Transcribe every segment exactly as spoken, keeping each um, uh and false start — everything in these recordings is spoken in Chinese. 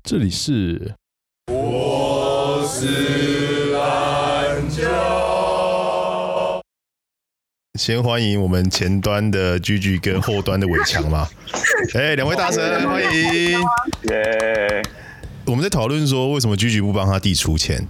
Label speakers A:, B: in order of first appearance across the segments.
A: 这里是
B: 我是蓝教。
A: 先欢迎我们前端的居居跟后端的伟强嘛。哎、欸，两位大神欢迎。
C: 耶！
A: 我们在讨论说，为什么居居不帮他弟出钱？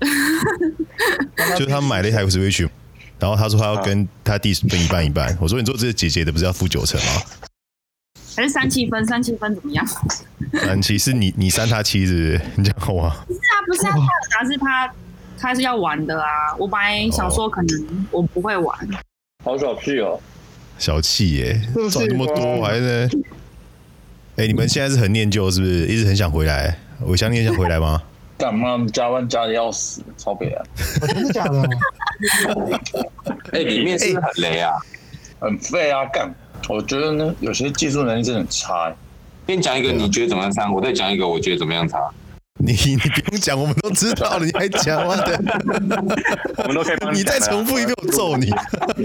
A: 就是他买了一台 Switch， 然后他说他要跟他弟分一半一半。我说你做这个姐姐的不是要付九成吗？
D: 还是三七分？三七分怎么样？
A: 三七是你你三他七是不是？你讲好吗？
D: 不是啊，不是啊，他是他他是要玩的啊。我本来想说可能我不会玩，
C: 好小气哦，
A: 小气耶，赚那么多还是？哎、欸，你们现在是很念旧是不是？一直很想回来？我想你也想回来吗？
C: 干嘛加班加的要死，超北啊！
E: 真的假的？
F: 哎、欸，里面是不是很雷啊？
C: 很废啊，干！我觉得呢，有些技术能力真的很差。
F: 先讲一个你觉得怎么样差，我再讲一个我觉得怎么样差。
A: 你你不用讲，我们都知道了，你还讲吗？对，
C: 我们都可以帮
A: 你再重复一遍，我揍你！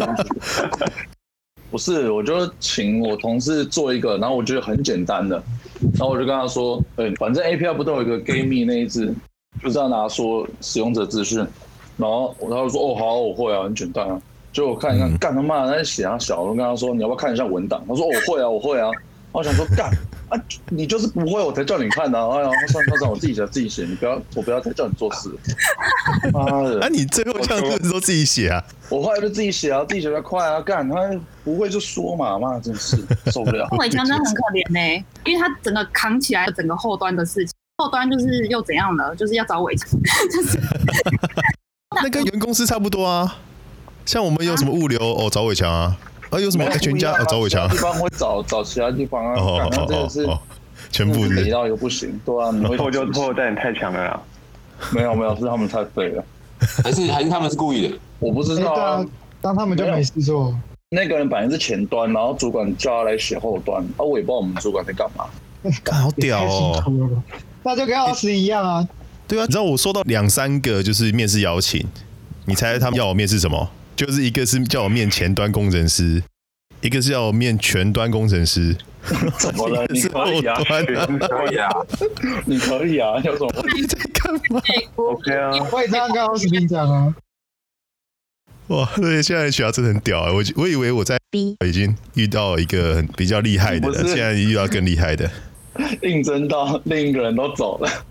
C: 不是，我就请我同事做一个，然后我觉得很简单的，然后我就跟他说，欸、反正 A P I 不都有一个 Game Me 那一支，就是要拿说使用者资讯，然后他就说，哦，好，我会啊，很简单啊。就我看一看，干他妈的在写他小，我跟他说你要不要看一下文档？他说我会啊，我会啊。我想说干啊，你就是不会，我才叫你看的、啊。哎呀，算了算了，我自己写自己写，你不要，我不要再叫你做事。妈的！
A: 啊，你最后这样子都自己写啊？
C: 我后来就自己写啊，自己写比较快啊，干他不会就说嘛，妈真是受不了。
D: 伟强真的很可怜呢、欸，因为他整个扛起来整个后端的事情，后端就是又怎样了，就是要找伟强，就是
A: 那跟原公司差不多啊。像我们有什么物流哦，找伟强啊。啊，有什么全家哦，找伟强。
C: 地方会找找其他地方啊。哦哦哦哦，
A: 全部是
C: 雷到一个不行，对啊，你会
E: 拖就拖，但你太强了啦。
C: 没有没有，是他们太废了。
F: 还是还是他们是故意的？
C: 我不知道啊。
E: 当他们就没事做。
C: 那个人本来是前端，然后主管叫他来写后端，啊，我也不知道我们主管在干嘛。
A: 好屌哦！
E: 那就跟老师一样啊。
A: 对啊，你知道我收到两三个就是面试邀请，你猜他们要我面试什么？就是一个是叫我面前端工程师，一个是要我面全端工程师。
C: 怎么了？你可以啊，
F: 你可以啊，
C: 你可以啊，有什么？
A: 你在干嘛
C: ？OK 啊，
E: 我也这样跟老师你讲啊。
A: 哇，对，现在 H R 真的很屌啊！我我以为我在 B 已经遇到一个很比较厉害的了，现在遇到更厉害的。
C: 应征到另一个人都走了。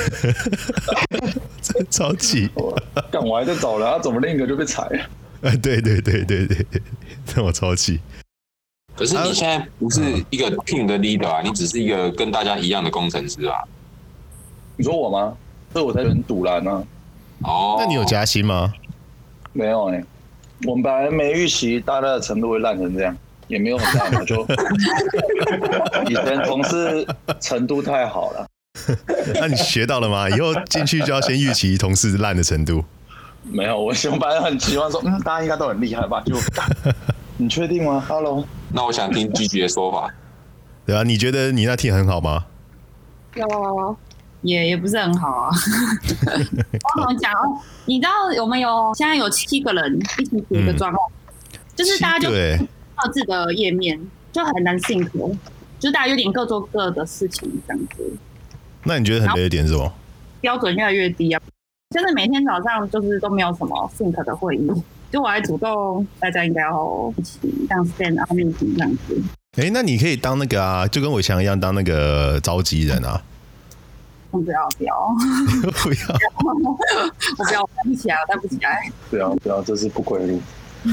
A: 真超气！
C: 干我还在找人，他怎么另一个就被裁了？
A: 啊，对对对对对，让我超气。
F: 可是你现在不是一个 team 的 leader 啊，你只是一个跟大家一样的工程师啊。
C: 你说我吗？所以我才很堵拦啊。
F: 哦，
A: 那你有加薪吗？
C: 没有哎、欸，我们本来没预期大家的程度会烂成这样，也没有很烂嘛，就以前同事程度太好了。
A: 那你学到了吗？以后进去就要先预期同事烂的程度。
C: 没有，我我本来很期望说，嗯，大家应该都很厉害吧？就，你确定吗 ？Hello，
F: 那我想听 G G 的说法。
A: 对啊，你觉得你那 team 很好吗？
D: 有，也也不是很好啊。我怎么讲哦？你知道我们有现在有七个人一起组一个专案、嗯，就是大家就各自的页面，就很难 sync， 就是大家有点各做各的事情这样子。
A: 那你觉得很累的点是什么？
D: 标准越来越低啊！就是每天早上就是都没有什么 sync 的会议，就我还主动大家应该要一起当 stand up meeting 这样子。
A: 哎、欸，那你可以当那个啊，就跟伟强一样当那个召集人啊。
D: 不要不要
A: 不要！
D: 我不要，我带不起来，我带不起来。
C: 不要不要，这是不归路。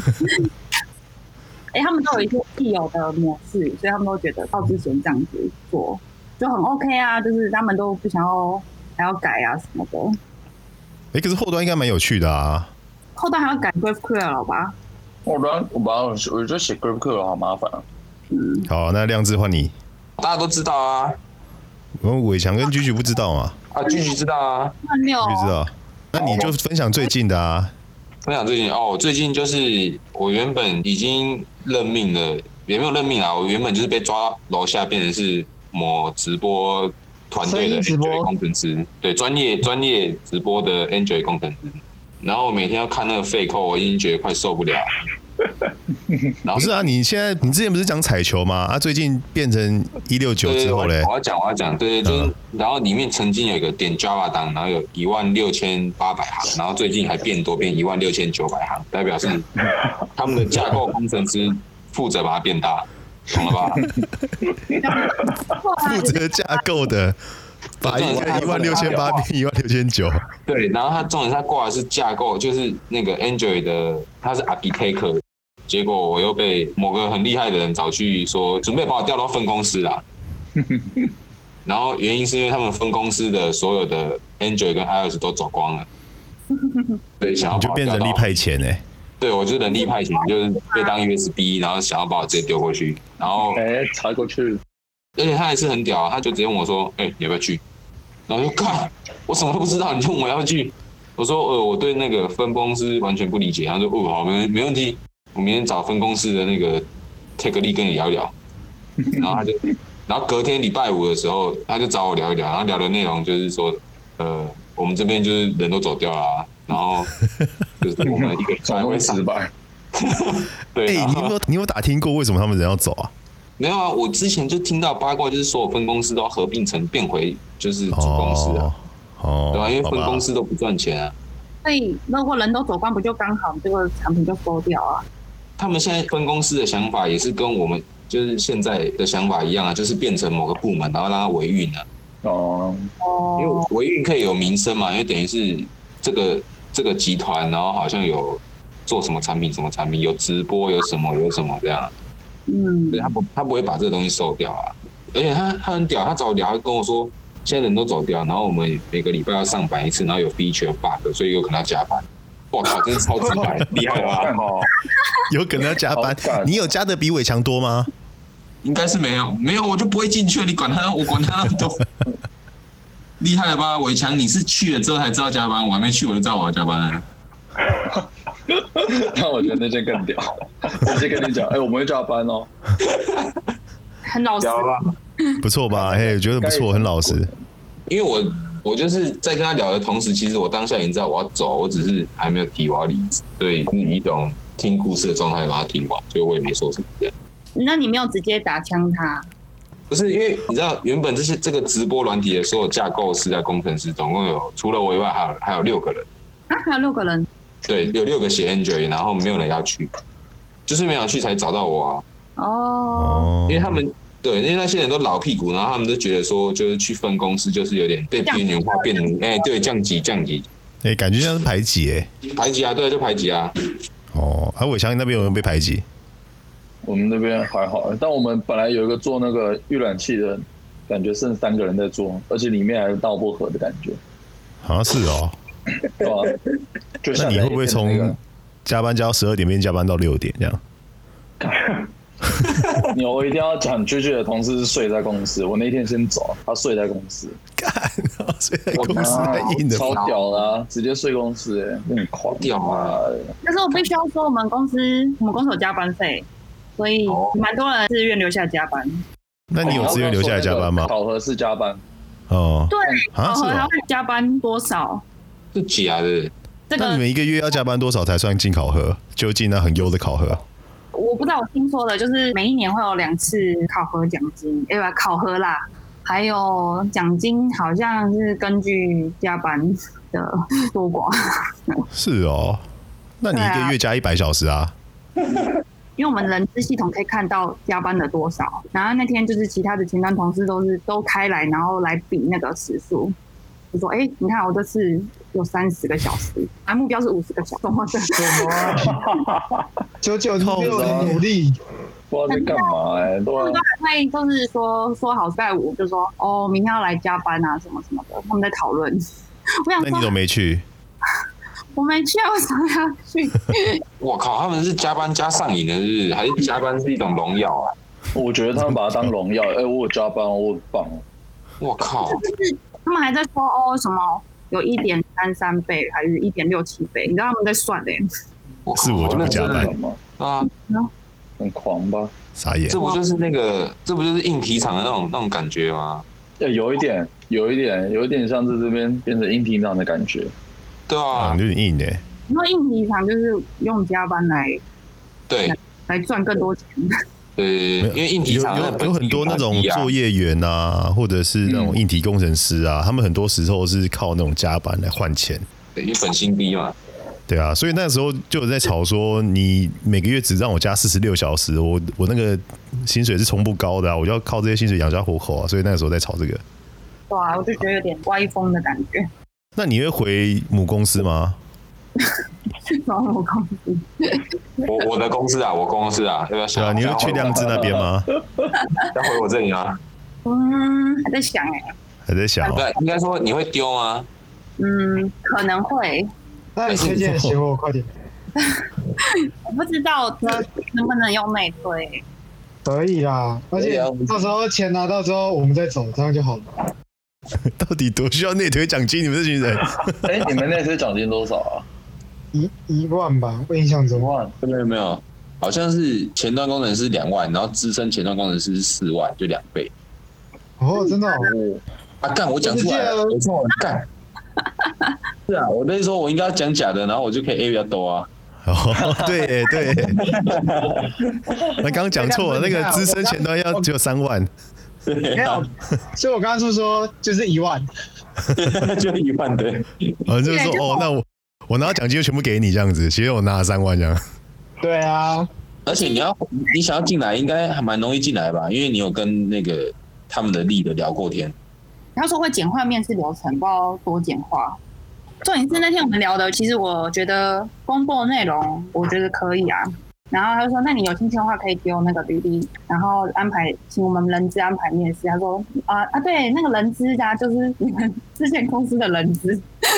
D: 哎、欸，他们都有一些既有的模式，所以他们都觉得靠之前这样子做就很 OK 啊，就是他们都不想要还要改啊什么的。
A: 哎、欸，可是后端应该蛮有趣的啊。
D: 后端还要改 GraphQL 了吧？
C: 后端我把我觉得写 GraphQL 好麻烦啊。
A: 嗯，好，那亮智换你。
F: 大家都知道啊。
A: 我们伟强跟居居不知道嘛？
F: 啊，居居知道啊。
D: 没有。
A: 居居知道。那你就分享最近的啊。
F: 分享最近哦，最近就是我原本已经任命了，也没有任命啊，我原本就是被抓楼下变成是某直播团队的 Android 工程师，对，专业专业直播的 Android 工程师。然后每天要看那个废扣，我已经觉得快受不了。
A: 不是啊，你现在你之前不是讲彩球吗？啊，最近变成一六九之后嘞，
F: 我要讲我要讲，对对，就是、嗯、然后里面曾经有一个点 Java 档，然后有一万六千八百行，然后最近还变多，变一万六千九百行，代表是他们的架构工程师负责把它变大，懂了吧？
A: 负责架构的。把一个一万六千八变一万六千九，
F: 对，然后他重点他挂的是架构，就是那个 Android 的，他是 architect， 结果我又被某个很厉害的人找去说，准备把我调到分公司啦。然后原因是因为他们分公司的所有的 Android 跟 iOS 都走光了，对，想要
A: 就变人力派遣哎、欸，
F: 对我就是人力派遣，就是被当 U S B， 然后想要把我直接丢过去，然后
C: 哎插过去。
F: 而且他还是很屌，他就直接问我说：“哎、欸，你要不要去？”然后就看，我什么都不知道，你就问我要不要去。我说：“呃，我对那个分公司完全不理解。”他说：“哦，好，没没问题，我明天找分公司的那个 take lead 跟你聊一聊。”然后他就，然后隔天礼拜五的时候，他就找我聊一聊，然后聊的内容就是说，呃，我们这边就是人都走掉了、啊，然后就是我们一个
C: 总共失败。
F: 对，
A: 哎、欸，你有没有你有打听过为什么他们人要走啊？
F: 没有啊，我之前就听到八卦，就是所有分公司都要合并成变回就是主公司啊，哦，对吧、啊？因为分公司都不赚钱啊。
D: 所以如果人都走光，不就刚好这个产品就收掉啊？
F: 他们现在分公司的想法也是跟我们就是现在的想法一样啊，就是变成某个部门，然后让它维运啊。
C: 哦，
F: 因为维运可以有名声嘛，因为等于是这个这个集团，然后好像有做什么产品，什么产品有直播，有什么有什么这样。嗯，对他不，他不会把这个东西收掉啊，而且他他很屌，他找我聊，他跟我说，现在人都走掉，然后我们每个礼拜要上班一次，然后有 feature bug， 所以有可能要加班。我靠，真是超级白，厉害吧？
A: 有可能要加班，你有加的比伟强多吗？
F: 应该是没有，没有我就不会进去了，你管他，我管他那么多。厉害了吧，伟强？你是去了之后才知道加班，我还没去我就知道我要加班了。
C: 那我觉得那件更屌，直接跟你讲，哎、欸，我们会加班哦，
D: 很老实，
A: 不错吧？嘿，我觉得不错，很老实。
F: 因为我我就是在跟他聊的同时，其实我当下已经知道我要走，我只是还没有提我要离职，所以以一种听故事的状态把它听完，所以我也没说什么这样。
D: 那你没有直接打枪他？
F: 不是，因为你知道，原本这些这个直播软体的所有架构师啊、工程师，总共有除了我以外，还有还有六个人。
D: 啊，还有六个人？
F: 对，有六个写 Android， 然后没有人要去，就是没有去才找到我啊。
D: 哦，
F: 因为他们对，因为那些人都老屁股，然后他们都觉得说，就是去分公司就是有点被边缘化、变奴，哎、欸，对，降级降级。
A: 哎、欸，感觉像是排挤哎、
F: 欸，排挤啊，对，就排挤啊。
A: 哦，啊，伟强那边有人被排挤？
C: 我们那边还好，但我们本来有一个做那个预览器的，感觉剩三个人在做，而且里面还是闹薄荷的感觉。
A: 好像是哦。
C: 对啊，就
A: 那你会不会从加班加到十二点变加班到六点这样？
C: 你我一定要讲，J J的同事是睡在公司，我那天先走，他睡在公司，
A: 干，睡在公司太硬了，
C: 超屌啦、啊，直接睡公司、欸，哎，很狂
F: 屌啊！
D: 但是我必须要说，我们公司我们公司有加班费，所以蛮多人自愿留下来加班。
A: 那你有自愿留下来加班吗？
C: 考核是加班。
A: 哦，
D: 对，考核他会加班多少？
F: 是假的。
D: 这个
A: 那你们一个月要加班多少才算进考核？就进那很优的考核？
D: 我不知道，我听说的就是每一年会有两次考核奖金，哎、欸，不，考核啦，还有奖金好像是根据加班的多寡。
A: 是哦，那你一个月加一百小时啊？
D: 因为我们人资系统可以看到加班的多少，然后那天就是其他的前端同事都是都开来，然后来比那个时数。就说：“哎、欸，你看我这次有三十个小时，啊，目标是五十个小时。”
E: 什么？九九六的努力，
C: 不知道在干嘛哎、欸，都
D: 还会都是说说好礼拜五就说哦，明天要来加班啊什么什么的，他们在讨论。我想说，
A: 那你怎么没去？
D: 我没去，为什么要去？
F: 我靠，他们是加班加上瘾的，是不是？还是加班是一种荣耀啊？
C: 我觉得他们把它当荣耀，哎、欸，我有加班，我很棒。
F: 我靠！
D: 就是他们还在说哦什么有一点三三倍还是一点六七倍，你知道他们在算嘞、
F: 欸？
A: 是我就不加班
F: 啊，
C: 很狂吧？
A: 傻眼！
F: 这不就是那个，这不就是硬体厂的那种那种感觉吗？
C: 有一点，有一点，有一点像是这边变成硬体厂的感觉。
F: 对啊，
A: 有点硬哎、欸。
D: 你说硬体厂就是用加班来
F: 对，
D: 来赚更多钱。
F: 对，因为硬体厂
A: 有有有很多那种作业员啊，或者是那种硬体工程师啊，他们很多时候是靠那种加班来换钱，
F: 对，因为本薪低嘛。
A: 对啊，所以那时候就有在吵说，你每个月只让我加四十六小时，我我那个薪水是从不高的啊，我就要靠这些薪水养家糊口啊，所以那个时候在吵这个。
D: 对啊，我就觉得有点歪风的感觉。
A: 那你会回母公司吗？
D: 母公司，
F: 我我的公司啊，我公司啊，要不要想？
A: 对啊，你会去量子那边吗？
F: 要回我这里吗？
D: 嗯，还在想哎、欸，
A: 还在想、哦。
F: 对，应该说你会丢吗？
D: 嗯，可能会。
E: 那你推荐写我快点。
D: 我不知道这能不能用内推。
E: 可以啦，而且到时候钱拿到之后，我们再走，这样就好了。
A: 到底多需要内推奖金？你们这群人？
C: 哎、欸，你们内推奖金多少啊？
E: 一一万吧，我印象中。
C: 万？
F: 没有没有，好像是前端工程师两万，然后资深前端工程师是四万，就两倍。
E: 哦，真的哦。
F: 啊干！我讲出来了，我错了，干。是啊，我那时候我应该要讲假的，然后我就可以 A 比较多啊。
A: 哦，对对，那刚刚讲错了，那个资深前端要只有三万，
E: 没有，所以我刚刚是说就是一万，
F: 就一万对。
A: 哦，就是说哦，那我我拿到奖金就全部给你这样子，其实我拿了三万这样。
E: 对啊，
F: 而且你要你想要进来，应该还蛮容易进来吧？因为你有跟那个他们的lead的聊过天。
D: 他说会简化面试流程，不知道多简化。重点是那天我们聊的，其实我觉得公布的内容，我觉得可以啊。然后他就说，那你有兴趣的话，可以丢那个履历，然后安排请我们人资安排面试。他说啊啊，对，那个人资啊，就是你们之前公司的人资。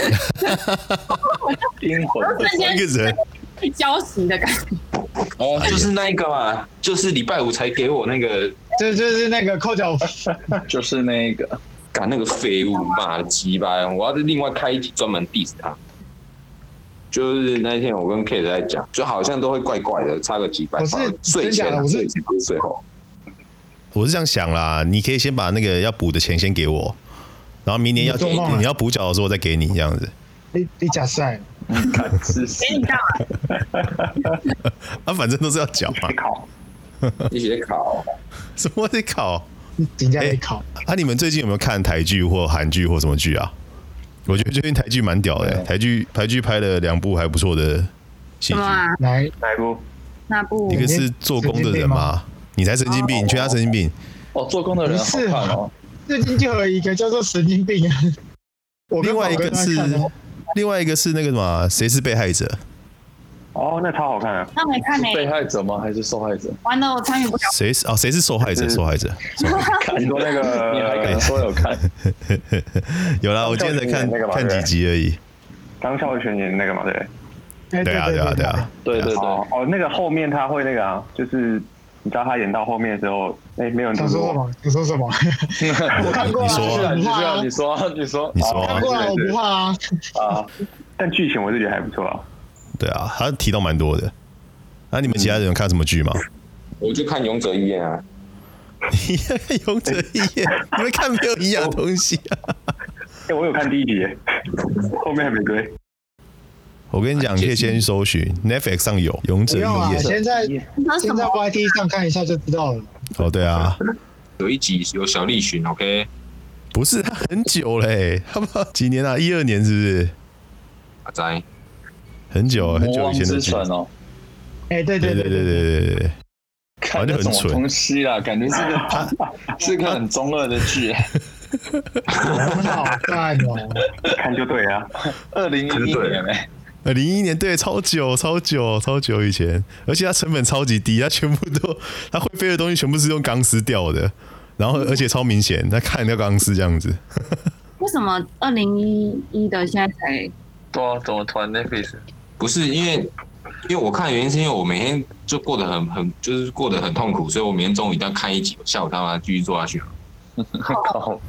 C: 阴魂
D: 我瞬间
A: 一个人
D: 被浇熄的感觉。
F: 哦，就是那一个嘛，就是礼拜五才给我那个，
E: 就就是那个扣脚，
C: 就是那个。
F: 干那个废物，妈的鸡巴！我要是另外开一集专门 diss 他。就是那一天我跟 Kate 在讲，就好像都会怪怪的，差个几百。
E: 我是
F: 税前啊，
E: 我是
F: 税前不是税后。
A: 我是这样想啦，你可以先把那个要补的钱先给我，然后明年要
E: 你做梦啊
A: 你要补缴的时候我再给你这样子。
E: 你你假赛，
D: 给你干嘛？
A: 啊，反正都是要缴嘛。
F: 考，一起考。
A: 什么在考？
E: 你人家在考。
A: 啊，你们最近有没有看台剧或韩剧或什么剧啊？我觉得最近台剧蛮屌的、欸，台剧台剧拍了两部还不错的戏剧。
D: 啊？
E: 哪
F: 哪一部？
D: 那部
A: 一个是做工的人嘛，你才神经病，你缺他神经病。
C: 哦，做工的人好看哦。
E: 最近就有一个叫做神经病啊。
A: 另外一个是另外一个是那个什么，谁是被害者？
G: 哦，那超好看啊！
D: 那没看呢、欸。
C: 被害者吗？还是受害者？
D: 完了，我参与不了。
A: 谁是哦？谁是受害者？受害者。
G: 你说那个，
C: 你还敢说有看？
A: 有啦，我今天才看看几集而已。
G: 张孝全演那个嘛，对。
A: 对啊，对啊，对啊。
C: 对对对。
G: 哦，那个后面他会那个啊，就是你知道他演到后面的时候，哎，没有人
E: 想说什么？你说什么？我看过啊，
A: 你说啊，
C: 你说，你说，你说，
A: 你说，
E: 看过啊，我不怕啊。
G: 啊，但剧情我是觉得还不错啊。
A: 对啊，他提到蛮多的。那、啊、你们其他人有看什么剧吗？
F: 我就看《勇者义彦》啊。
A: 你看《勇者义彦》，你们看没有营养的东西啊？
G: 哎、欸，我有看第一集，后面还没追。
A: 我跟你讲，可以先搜寻 Netflix 上有《勇者义彦》
E: 啊，现在现在 Y T 上看一下就知道了。
A: 哦，对啊，
F: 有一集有小栗旬 ，OK？
A: 不是，他很久嘞，他们几年啊？一二年是不是？
F: 阿仔。
A: 很久很久以前的剧
C: 哦，
E: 哎，对对
A: 对对对对对对，
C: 看那什么东西啦，感觉是个是个很中二的剧，
E: 很好看哦，
G: 看就对啊。
C: 二零一一年哎，
A: 二零一一年对，超久超久超久以前，而且它成本超级低，它全部都它会飞的东西全部是用钢丝吊的，然后而且超明显，它看那钢丝这样子。
D: 为什么二零一一的现在才？
C: 对啊，怎么突然 Netflix？
F: 不是因为，因为我看的原因是因为我每天就过得很很就是过得很痛苦，所以我每天中午一定要看一集，我下午他妈继续做下去。
C: 靠！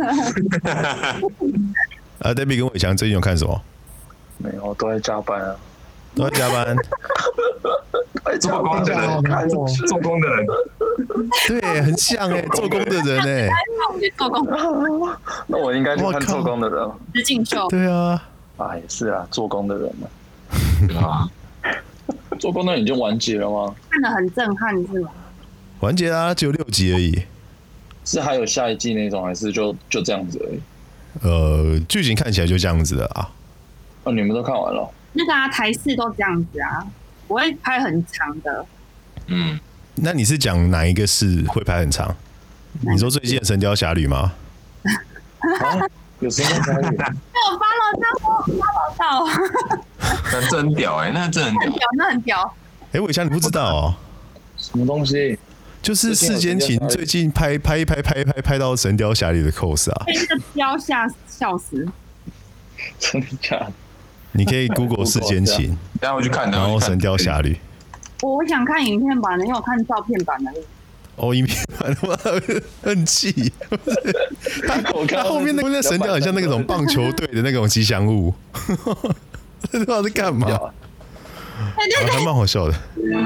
A: 啊 ，Debbie 跟伟强最近有看什么？
C: 没有，都在加班啊。
A: 都在加班。
F: 做工的人，看做工的人，
A: 对，很像哎、欸，做工的人哎、欸。
D: 做工。
C: 那我应该去看做工的人。
D: 是进秀。
A: 对啊。
C: 啊，也是啊，做工的人嘛。
F: 对啊。
C: 做光段已经完结了吗？
D: 看得很震撼是吗？
A: 完结啦，只有六集而已。
C: 是还有下一季那种，还是就就这样子而已？
A: 呃，剧情看起来就这样子的啊。
C: 哦，你们都看完了？
D: 那个啊，台视都这样子啊，不会拍很长的。
F: 嗯，
A: 那你是讲哪一个是会拍很长？你说最近的《神雕侠侣》吗？
C: 啊，有神雕侠侣？
D: 没有 follow 到 ，follow 到。
F: 那真很屌哎、欸，那真很屌，
D: 那很屌。
A: 哎、欸，伟翔你不知道哦？
C: 什么东西？
A: 就是世间情最近拍拍一拍拍一拍拍到《神雕侠侣》的 cos 啊！
D: 被这个雕吓笑死。
C: 真的假的？
A: 你可以 Google 世间情，
F: 等下我去看，
A: 然后《神雕侠侣》。
D: 我想看影片版的，因为我看照片版的。
A: 哦，影片版的话很气。他后面那个神雕很像那种棒球队的那种吉祥物，不知道在干嘛，还蛮好笑的。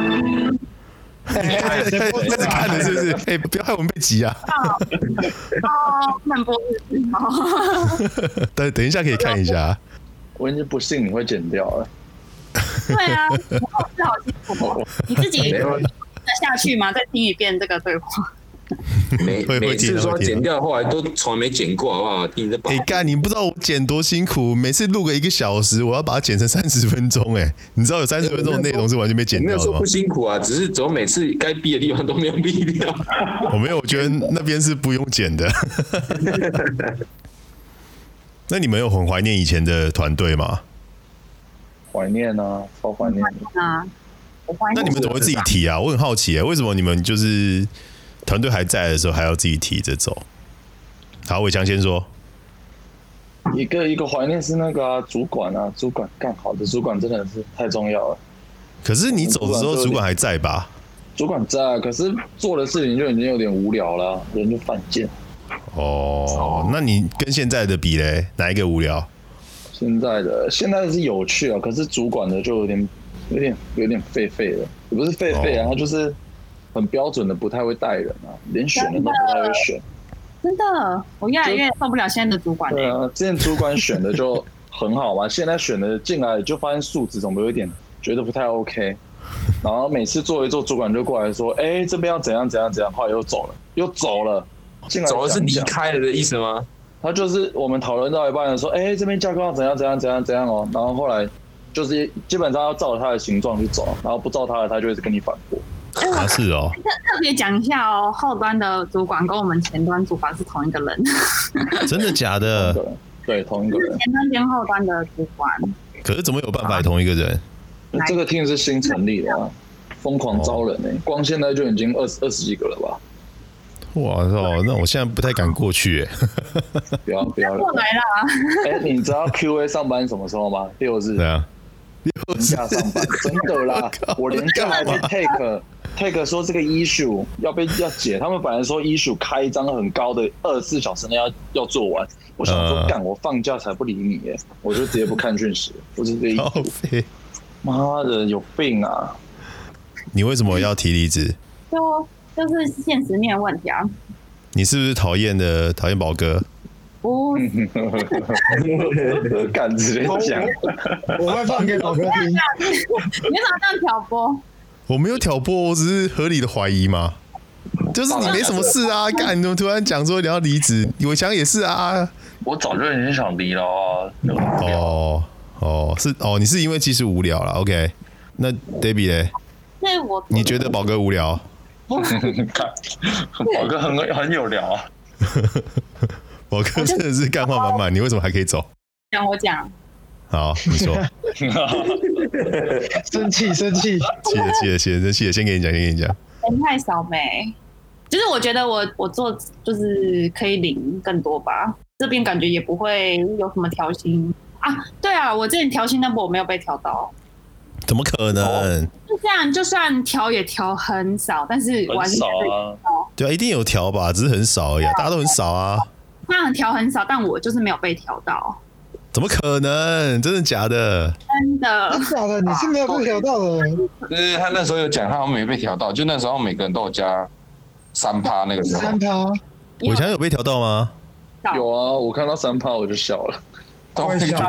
A: 在看的是不是？哎，不要害我们被挤啊！
D: 哦，慢播日。
A: 等等一下可以看一下。
C: 我已经不信你会剪掉了。
D: 对啊，我好是好辛苦。你自己下去吗？再听一遍这个对话。
F: 每每次说剪掉，后来都从来没剪过，好不好？听你在
A: 哎干，你不知道我剪多辛苦，每次录个一个小时，我要把它剪成三十分钟，哎，你知道有三十分钟的内容是完全被剪掉的吗？
F: 没有说不辛苦啊，只是怎么每次该逼的地方都没有逼掉。
A: 我没有，我觉得那边是不用剪的。那你们有很怀念以前的团队吗？
C: 怀念啊，超怀念
D: 啊！我怀念。
A: 那你们怎么会自己提啊？我很好奇、欸，为什么你们就是团队还在的时候还要自己提着走？好，伟强先说。
C: 一个一个怀念是那个啊，主管啊，主管干好的主管真的是太重要了。
A: 可是你走的时候，主管还在吧？
C: 主管在，可是做的事情就已经有点无聊了，人就犯贱。
A: 哦，那你跟现在的比嘞，哪一个无聊？
C: 现在的现在的是有趣啊，可是主管的就有点有点有点废废的，也不是废废啊，他就是很标准的，不太会带人啊，连选人都不太会选。
D: 真的，我越来越受不了现在的主管。
C: 对啊，之前主管选的就很好嘛，现在选的进来就发现素质怎么有一点觉得不太 OK， 然后每次做一做，主管就过来说：“哎、欸，这边要怎样怎样怎样。”后来又走了，又走了，进来
F: 走的是离开了的意思吗？
C: 他就是我们讨论到一半的说：“哎、欸，这边架构要怎样怎样怎样怎样哦。”然后后来就是基本上要照着他的形状去走，然后不照他的，他就会跟你反驳。
A: 啊，是哦。
D: 特别讲一下哦，后端的主管跟我们前端主管是同一个人。
A: 真的假的？
C: 对，同一个人。
D: 前端兼后端的主管。
A: 可是怎么有办法同一个人？
C: 这个 team 是新成立的啊，疯狂招人呢、欸，光现在就已经二十二十几个了吧？
A: 哇操！那我现在不太敢过去、欸，
C: 不要不要
D: 过来啦！
C: 哎、欸，你知道 Q A 上班什么时候吗？六日。
A: 对啊，
C: 年假上班，真的啦！我连假还去 take take 说这个 issue 要被要解，他们本来说 issue 开一张很高的二十四小时内要要做完，我想说干、呃，我放假才不理你耶，我就直接不看讯息，我是这一组。妈的，有病啊！
A: 你为什么要提离职？
D: 就就是现实面问题啊！
A: 你是不是讨厌的讨厌宝哥？
D: 不，
C: 敢直接讲，
E: 我会放给宝哥听。
D: 你怎么这样挑拨？
A: 我没有挑拨，我只是合理的怀疑嘛。就是你没什么事啊，干你怎么突然讲说你要离职？伟强也是啊。
C: 我早就已经想离了啊。
A: 哦哦，是哦，你是因为技术无聊了 ？OK， 那 Debbie 嘞？
D: 对我，
A: 你觉得宝哥无聊？
C: 宝哥很很有聊啊。
A: 宝哥真的是干话满满，你为什么还可以走？
D: 讲我讲。
A: 好，你说。
E: 生气生气，
A: 气了气了气了，生气了，先给你讲，先给你讲。
D: 人太少没，就是我觉得我我做就是可以领更多吧，这边感觉也不会有什么调薪啊。对啊，我之前调薪那波我没有被调到。
A: 怎么可能？哦、
D: 就这样，就算调也调很少，但是完全
C: 少啊。
A: 对啊，一定有调吧，只是很少而已、啊，大家都很少啊。
D: 当然调很少，但我就是没有被调到。
A: 怎么可能？真的假的？
D: 真的，
E: 真的假的？你是没有被调到的。
F: 就是他那时候有讲，他好像没被调到，就那时候每个人都有加三趴那个时候。
E: 三趴。
A: 伟强有被调到吗？
C: 有啊，我看到三趴我就笑了。
F: 都会下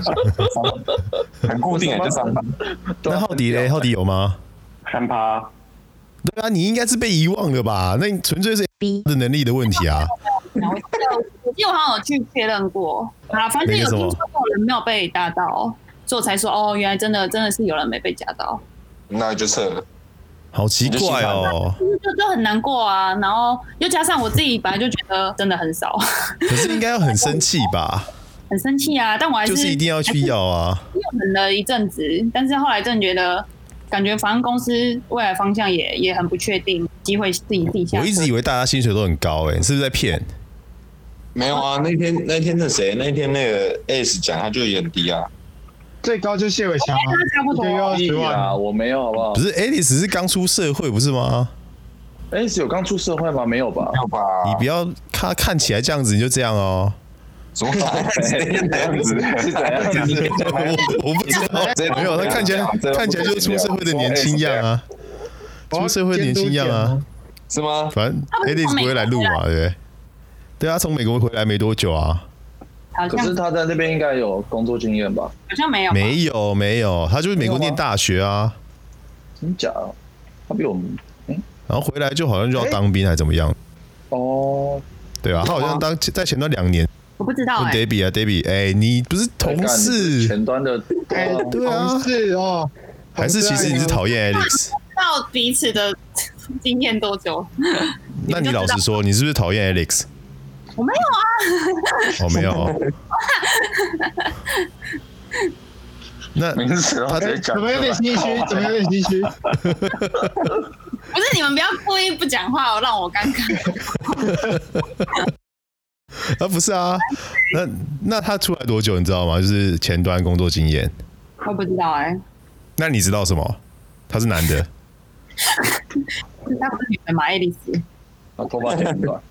F: 很固定的就三趴。
A: 那浩迪嘞？浩迪有吗？
G: 三趴。
A: 对啊，你应该是被遗忘了吧？那纯粹是 B 的能力的问题啊。
D: 我记得我好像有去确认过，啊，反正有听说过人没有被打到，所以我才说哦，原来真的真的是有人没被夹到。
F: 那就撤了。
A: 好奇怪哦，
D: 就就很难过啊，然后又加上我自己本来就觉得真的很少，
A: 可是应该要很生气吧？
D: 很生气啊，但我还是
A: 就是一定要去要啊。
D: 忍了一阵子，但是后来真的觉得，感觉反正公司未来方向也也很不确定，机会自己自己下。
A: 我一直以为大家薪水都很高诶、欸，是不是在骗？
F: 没有啊，那天那天那谁，那天那个 S 讲他就也很低啊。
E: 最高就谢伟强啊，
D: 差不多
E: 一个月二十万
C: 啊，我没有好不好？
A: 不是 Alice 是刚出社会不是吗
C: ？Alice 有刚出社会吗？没有吧？
F: 没有吧？
A: 你不要看看起来这样子，你就这样哦。
F: 什么？这样子
C: 是怎样子？
A: 我我不知道，没有，他看起来看起来就是出社会的年轻样啊，出社会的年轻样啊，
F: 是吗？
A: 反正 Alice 不会来录嘛，对不对？对啊，从美国回来没多久啊。
C: 可是他在那边应该有工作经验吧？
D: 好像没有，
A: 没有没有，他就是美国念大学啊。
C: 真假？他比我们，
A: 欸、然后回来就好像就要当兵还怎么样？
C: 哦，
A: 对啊，他好像当在前端两年。
D: 我不知道哎、
A: 欸。Debbie 啊 ，Debbie， 哎、欸，你不是同事？
C: 前端的，
E: 哎，对啊，同事哦。
A: 还是其实你是讨厌 Alex？
D: 知道彼此的经验多久？
A: 那你老实说，你是不是讨厌 Alex？
D: 我没有啊，
A: 我、哦、没有。那
C: 名字
E: 他怎么有点心虚？怎么有点心虚？
D: 不是你们不要故意不讲话，让我尴尬。
A: 啊，不是啊，那那他出来多久你知道吗？就是前端工作经验。
D: 我不知道哎、欸。
A: 那你知道什么？他是男的。
D: 他不是女的吗？爱丽丝。
C: 他头发很短。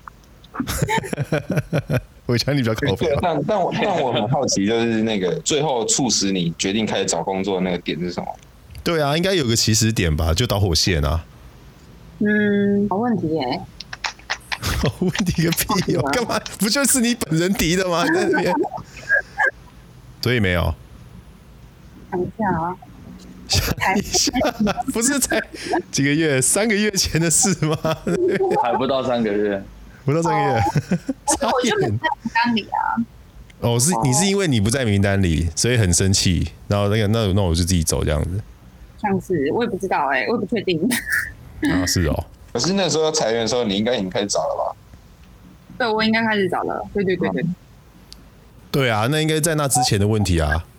A: 我想你比较靠谱。
F: 但但我但我很好奇，就是那个最后促使你决定开始找工作的那个点是什么？
A: 对啊，应该有个起始点吧，就导火线啊。
D: 嗯，好问题耶、欸。
A: 好问题个屁哦！干嘛？不就是你本人提的吗？在那边。所以没有。
D: 想一下啊。
A: 想一下，不是才几个月、三个月前的事吗？
C: 还不到三个月。
A: 不到三个月，
D: 差我就不在名单里啊。
A: 哦，是你是因为你不在名单里，所以很生气，然后那个那那我就自己走这样子。
D: 像是我也不知道哎、欸，我也不确定。
A: 啊，是哦。
F: 可是那时候要裁员的时候，你应该已经开始找了吧？
D: 对，我应该开始找了。对对对对。嗯、
A: 对啊，那应该在那之前的问题啊。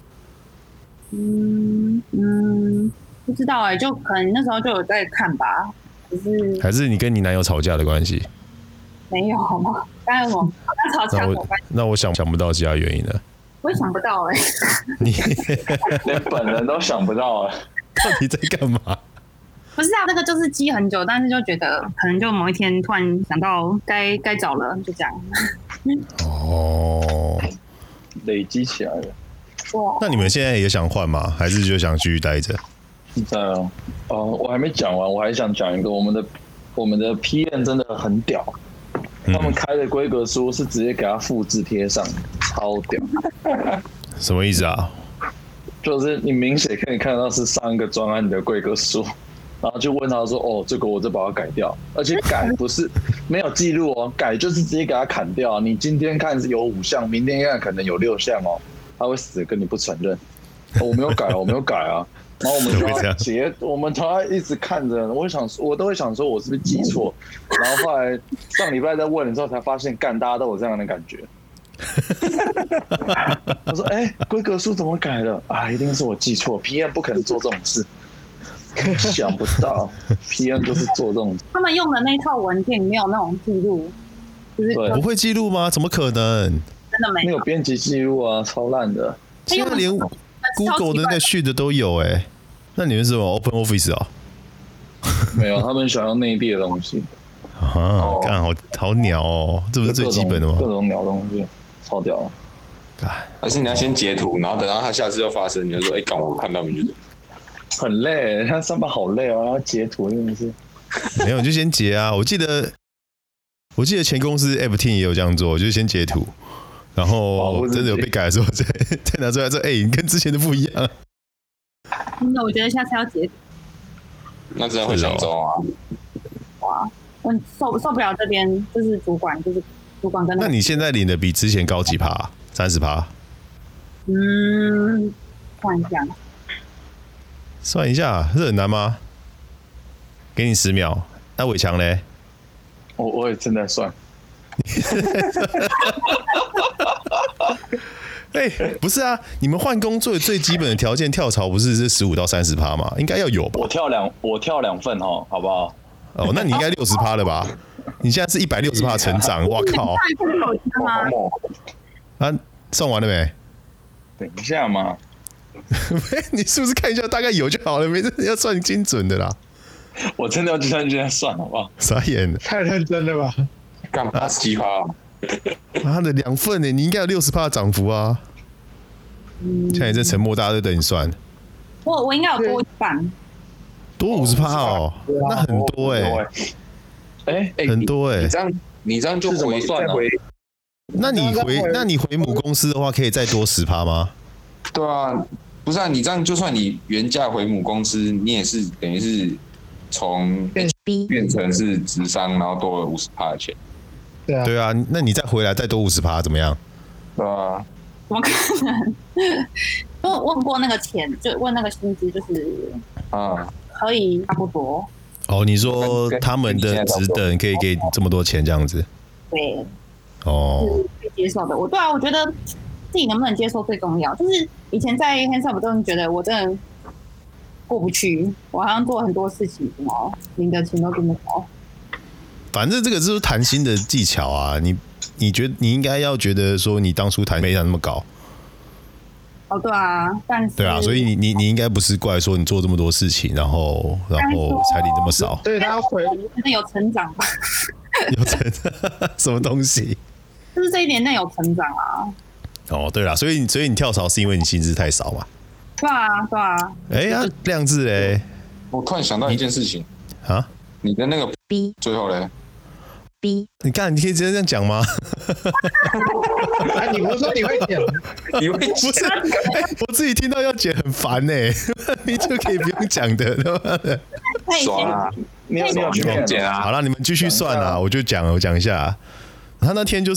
D: 嗯嗯，不知道哎、欸，就可能那时候就有在看吧，只是
A: 还是你跟你男友吵架的关系。
D: 没有好吗？刚才我刚吵架
A: 我那我想想不到其他原因了。
D: 我也想不到哎、欸。
A: 你
C: 连本人都想不到哎、
A: 欸，到底在干嘛？
D: 不是啊，那个就是积很久，但是就觉得可能就某一天突然想到该该找了，就这样。
A: 哦，
C: 累积起来了。
A: 那你们现在也想换吗？还是就想继续待着？
C: 在啊，哦，我还没讲完，我还想讲一个，我们的我们的 P M 真的很屌。他们开的规格书是直接给他复制贴上，超屌。
A: 什么意思啊？
C: 就是你明显可以看到是上一个专案的规格书，然后就问他说：“哦，这个我再把它改掉，而且改不是没有记录哦，改就是直接给他砍掉。你今天看是有五项，明天看可能有六项哦，他会死跟你不承认。哦、我没有改，我没有改啊。”然后我们就要截，我们都要一直看着。我想，我都会想说，我是不是记错？然后后来上礼拜在问的时候，才发现，干，大家都有这样的感觉。我说：“哎、欸，规格书怎么改了？啊，一定是我记错。P M 不可能做这种事，想不到 P M 就是做这种。
D: 他们用的那套文件没有那种记录，就是
A: 不会记录吗？怎么可能？
D: 真的没有，
C: 没有编辑记录啊，超烂的。
A: 现在连 Google 的那个 Sheet 都有哎、欸，那你们是什么 Open Office 啊、
C: 喔？没有，他们想要内地的东西。
A: 啊，看好好鸟哦，这不是最基本的吗？
C: 各种鸟东西，超屌了。
F: 还是你要先截图，然后等到他下次又发生，你就说：“哎、欸，刚我看到你就
C: 很累，他上班好累哦，然后截图真的是。
A: 没有，你就先截啊！我记得，我记得前公司 App Team 也有这样做，就是先截图。 然后真的有被改的时候再再拿出来说，哎、欸，你跟之前的不一样。
D: 那我觉得下次要解。
F: 那真的会想走啊！
D: 哇，我受受不了这边就是主管，就是主管跟、那個。
A: 那你现在领的比之前高几趴？三十趴？
D: 嗯，算一下。
A: 算一下，这很难吗？给你十秒。那伟强嘞？
C: 我我也正在算。
A: 哎、欸，不是啊，你们换工作最基本的条件跳槽不是是十五到三十趴吗？应该要有吧？
C: 我跳两我跳两份哦，好不好？
A: 哦，那你应该六十趴了吧？你现在是一百六十趴成长，哇靠！啊，算完了没？
C: 等一下嘛。
A: 你是不是看一下大概有就好了？没事要算精准的啦。
C: 我真的要计算机在算，好不好？
A: 傻眼了，
E: 太认真了吧？
F: 干嘛十几趴？
A: 妈的，两份呢，你应该有六十趴的涨幅啊！嗯、现在你这沉默，大家都等你算。
D: 我我应该有多一半，
A: 多五十趴哦，那很多哎、欸，
C: 哎、欸，
A: 很多哎、欸。
F: 你这样你这样就回
C: 算
F: 回，
A: 那你回那你回母公司的话，可以再多十趴吗？
F: 对啊，不是啊，你这样就算你原价回母公司，你也是等于是从 H B 变成是直商，然后多了五十趴的钱。
E: 对啊，
A: 对啊，那你再回来再多五十趴怎么样？
F: 对啊，
D: 怎么可能？我问过那个钱，就问那个薪资，就是啊，可以差不多。
A: 哦，你说他们的职等可以给这么多钱这样子？
D: 对。
A: 哦。
D: 可以接受的，我对啊，我觉得自己能不能接受最重要。就是以前在 Hands Up 都觉得我真的过不去，我好像做很多事情，什么领的钱都这么高。
A: 反正这个就是谈心的技巧啊，你你觉得你应该要觉得说你当初谈没想那么高。
D: 哦，对啊，但是
A: 对啊，所以你你你应该不是怪说你做这么多事情，然后然后才领这么少。
E: 对他回
D: 真的有成长吧？
A: 有成什么东西？
D: 就是这一年内有成长啊。
A: 哦，对啦，所以所以你跳槽是因为你薪资太少嘛？
D: 对啊，对啊。
A: 哎呀，亮智嘞，
F: 我突然想到一件事情
A: 啊，
F: 你的那个 B 最后嘞。
A: B， 你看，你可以直接这样讲吗？
E: 啊，你不是说你会剪？
F: 你会
A: 不是？欸、我自己听到要剪很烦呢、欸，你就可以不用讲的，他妈的。
F: 爽啊！
C: 你有你有去剪啊？
A: 好了，你们继续算啊，我就讲，我讲一下。他那天就是，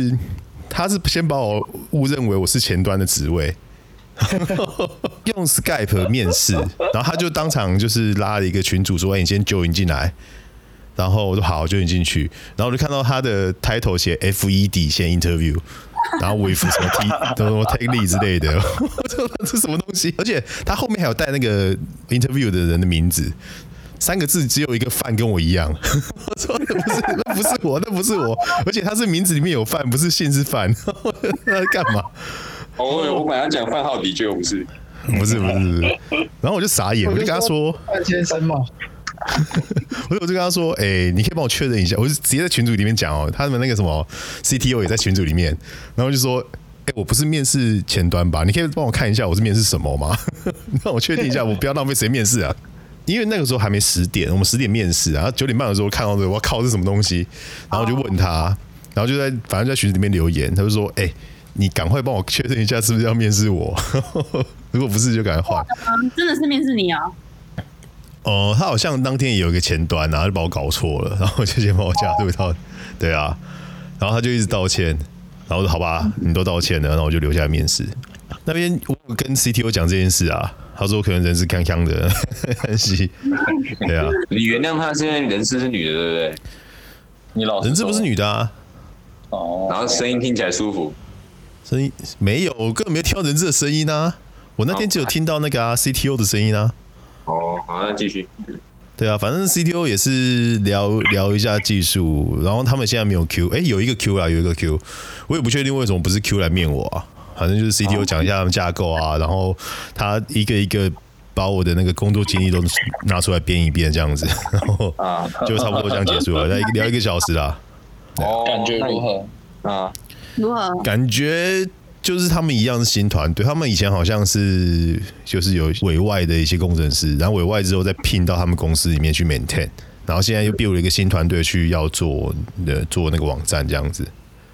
A: 他是先把我误认为我是前端的职位，用 Skype 面试，然后他就当场就是拉了一个群组说：“哎、欸，你先 join 进来。”然后我说好，就进去，然后我就看到他的 title 写 F E 底线 interview， 然后 with 什么 T 什么 take lead 之类的，我说这是什么东西？而且他后面还有带那个 interview 的人的名字，三个字只有一个范跟我一样。我说那不是那不是我，那不是我，而且他是名字里面有范，不是姓是范，那干嘛？
F: 我我本来讲范浩迪，就不是，
A: 不是不是不是，然后我就傻眼，我就跟他说
E: 范先生嘛。
A: 我就跟他说，哎、欸，你可以帮我确认一下，我就直接在群组里面讲哦，他们那个什么 C T O 也在群组里面，然后就说，哎、欸，我不是面试前端吧？你可以帮我看一下我是面试什么吗？让我确定一下，我不要浪费时间面试啊。因为那个时候还没十点，我们十点面试，然后九点半的时候看到这个，我靠，这是什么东西？然后就问他，然后就在反正就在群组里面留言，他就说，哎、欸，你赶快帮我确认一下是不是要面试我，如果不是就赶快换。
D: 嗯，真的是面试你啊？
A: 哦、呃，他好像当天也有一个前端啊，就把我搞错了，然后就先帮我加入到，对啊，然后他就一直道歉，然后说好吧，你都道歉了，然后我就留下来面试。那边我跟 C T O 讲这件事啊，他说可能人是康康的关系，对啊，
F: 你原谅他是因为人事是女的，对不对？
C: 你老
A: 人事不是女的啊，
C: 哦，
F: 然后声音听起来舒服，
A: 声音没有，我根本没有听到人事的声音啊，我那天只有听到那个啊 C T O 的声音啊。
F: 哦，好，那继续。
A: 对啊，反正 C T O 也是聊聊一下技术，然后他们现在没有 Q， 哎、欸，有一个 Q 啦，有一个 Q， 我也不确定为什么不是 Q 来面我啊，反正就是 C T O 讲一下他们架构啊，然后他一个一个把我的那个工作经历都拿出来编一遍这样子，然后就差不多这样结束了，聊一个小时啦。
C: 哦，感觉如何
F: 啊？
D: 如何？
A: 感觉。就是他们一样是新团队，他们以前好像是就是有委外的一些工程师，然后委外之后再聘到他们公司里面去 maintain， 然后现在又 build 了一个新团队去要做的做那个网站这样子。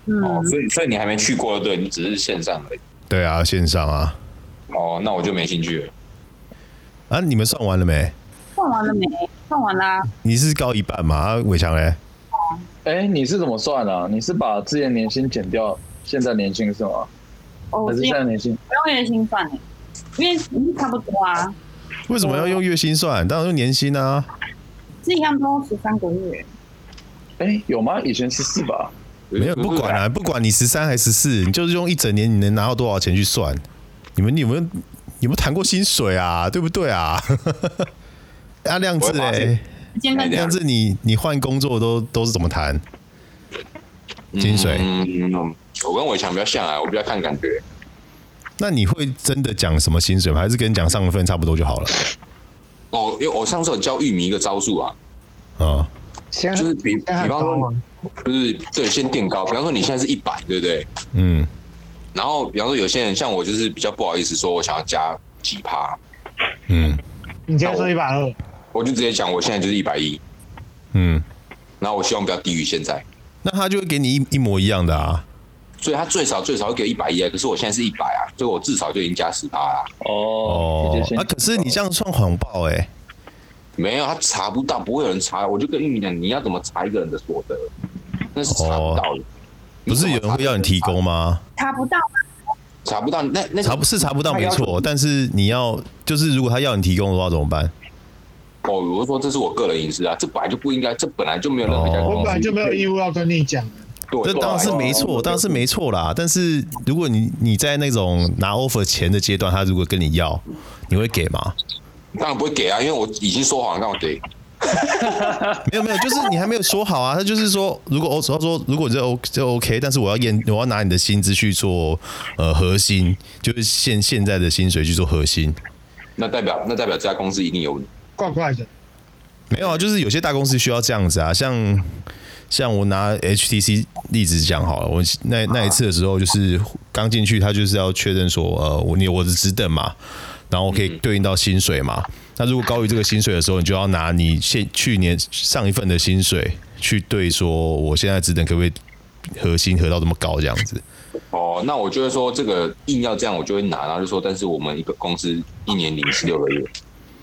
D: 嗯，
F: 哦，所以所以你还没去过，对，你只是线上而已。
A: 对啊，线上啊。
F: 哦，那我就没兴趣了。
A: 啊，你们算完了没？
D: 算完了没？算完啦、啊。
A: 你是高一半嘛？啊，伟强嘞？
C: 哎，你是怎么算啊？你是把之前年薪减掉，现在年薪是吗？
D: 哦，
C: 还是现在年薪？
D: 不用月薪算诶，因为差不多啊。
A: 为什么要用月薪算？当然用年薪啊。
D: 是一样都十三个月。
C: 哎，有吗？以前十四吧。
A: 没有，不管啊，不管你十三还是十四，你就是用一整年你能拿到多少钱去算。你们有没有有没有谈过薪水啊？对不对啊？啊，亮智嘞，亮智你你换工作都都是怎么谈薪水？
F: 嗯，我跟伟强比较像啊，我比较看感觉。
A: 那你会真的讲什么薪水吗？还是跟讲上份差不多就好了？
F: 哦，因为我上次有教玉米一个招数啊，
A: 啊，
F: 就是比比方说，就是对，先垫高。比方说你现在是一百，对不对？
A: 嗯。
F: 然后比方说有些人像我，就是比较不好意思说我想要加几趴。
A: 嗯。
E: 你今天说一百二，
F: 我就直接讲我现在就是一百一。
A: 嗯。
F: 然后我希望不要低于现在。
A: 那他就会给你一一模一样的啊。
F: 所以他最少最少会给一百一啊，可是我现在是一百啊，所以我至少就已经加十趴啦。
C: 哦，
A: 啊，可是你这样算谎报哎、欸。
F: 没有，他查不到，不会有人查。我就跟玉米讲，你要怎么查一个人的所得？那是查不到的。哦、
A: 不是有人会要你提供吗？
D: 查不到，
F: 查不到。那那
A: 查不是查不到没错，但是你要就是如果他要你提供的话怎么办？
F: 哦，我是说这是我个人隐私啊，这本来就不应该，这本来就没有任何家公司，
E: 我本来就没有义务要跟你讲。
A: 这当然是没错，当然是没错啦。但是如果你你在那种拿 offer 前的阶段，他如果跟你要，你会给吗？
F: 当然不会给啊，因为我已经说好了，让我给。
A: 没有没有，就是你还没有说好啊。他就是说，如果他说如果这 O 这 OK， 但是我要验，我要拿你的薪资去做呃核薪，就是现现在的薪水去做核薪。
F: 那代表那代表这家公司一定有问题。
E: 怪怪的。
A: 没有啊，就是有些大公司需要这样子啊，像。像我拿 H T C 例子讲好了，我那那一次的时候，就是刚进去，他就是要确认说，呃，我你我的职等嘛，然后可以对应到薪水嘛。那如果高于这个薪水的时候，你就要拿你现去年上一份的薪水去对说，我现在职等可不可以核薪核到这么高这样子？
F: 哦，那我就会说这个硬要这样，我就会拿，然后就说，但是我们一个公司一年领十六个月。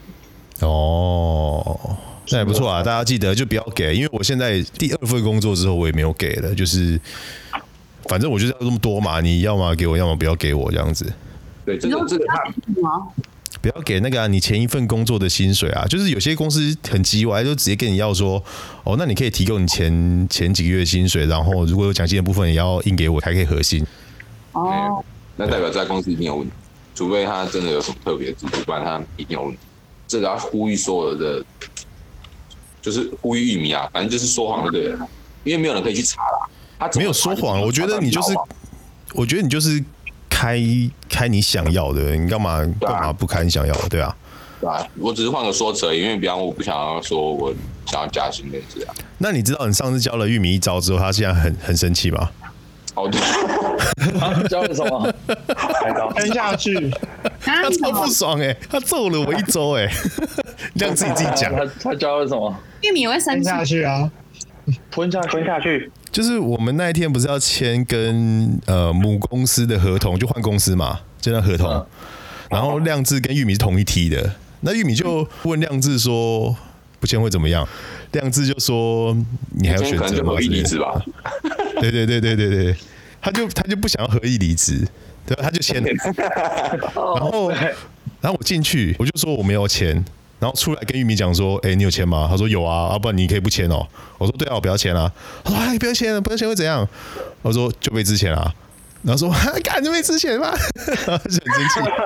A: 哦。那也不错啊，大家记得就不要给，因为我现在第二份工作之后我也没有给了，就是反正我就是要这么多嘛，你要么给我，要么不要给我这样子。
F: 对，这个这个他
A: 不要给那个、啊、你前一份工作的薪水啊，就是有些公司很鸡歪，就直接跟你要说，哦，那你可以提供你前前几个月的薪水，然后如果有奖金的部分也要印给我，才可以核薪。
D: 哦，
F: 那代表这家公司一定有问题，除非他真的有什么特别制度，不然他一定有问题。这个要呼吁所有的。就是呼吁玉米啊，反正就是说谎就对了，因为没有人可以去查啦。他
A: 没有说谎，我觉得你就是，我觉得你就是开开你想要的，你干嘛干嘛不开你想要的，对啊。
F: 对啊，我只是换个说辞而已，因为比方我不想要说我想要加薪类似啊。
A: 那你知道你上次教了玉米一招之后，他现在很很生气吗？
F: 哦，对，
C: 他教了什么？
E: 吞下去。
A: 他超不爽哎、欸，他揍了我一周哎、欸，这样自己自己讲。
C: 他他教了什么？
D: 玉米也会生气。
E: 吞下去啊，
C: 吞下
G: 吞下去。
A: 就是我们那一天不是要签跟呃母公司的合同，就换公司嘛，这张合同。嗯、然后亮智跟玉米是同一梯的，那玉米就问亮智说不签会怎么样？亮智就说你还要选择吗？
F: 合意离职吧。
A: 对对对对对对，他就他就不想要合意离职。对，他就签，然后，然后我进去，我就说我没有签，然后出来跟玉米讲说，哎、欸，你有签吗？他说有啊，要、啊、不然你可以不签哦。我说对啊，我不要签啊。他说啊，你不要签了，不要签会怎样？我说就被之前啊。然后说啊，干就被之前吗？然后就很生气，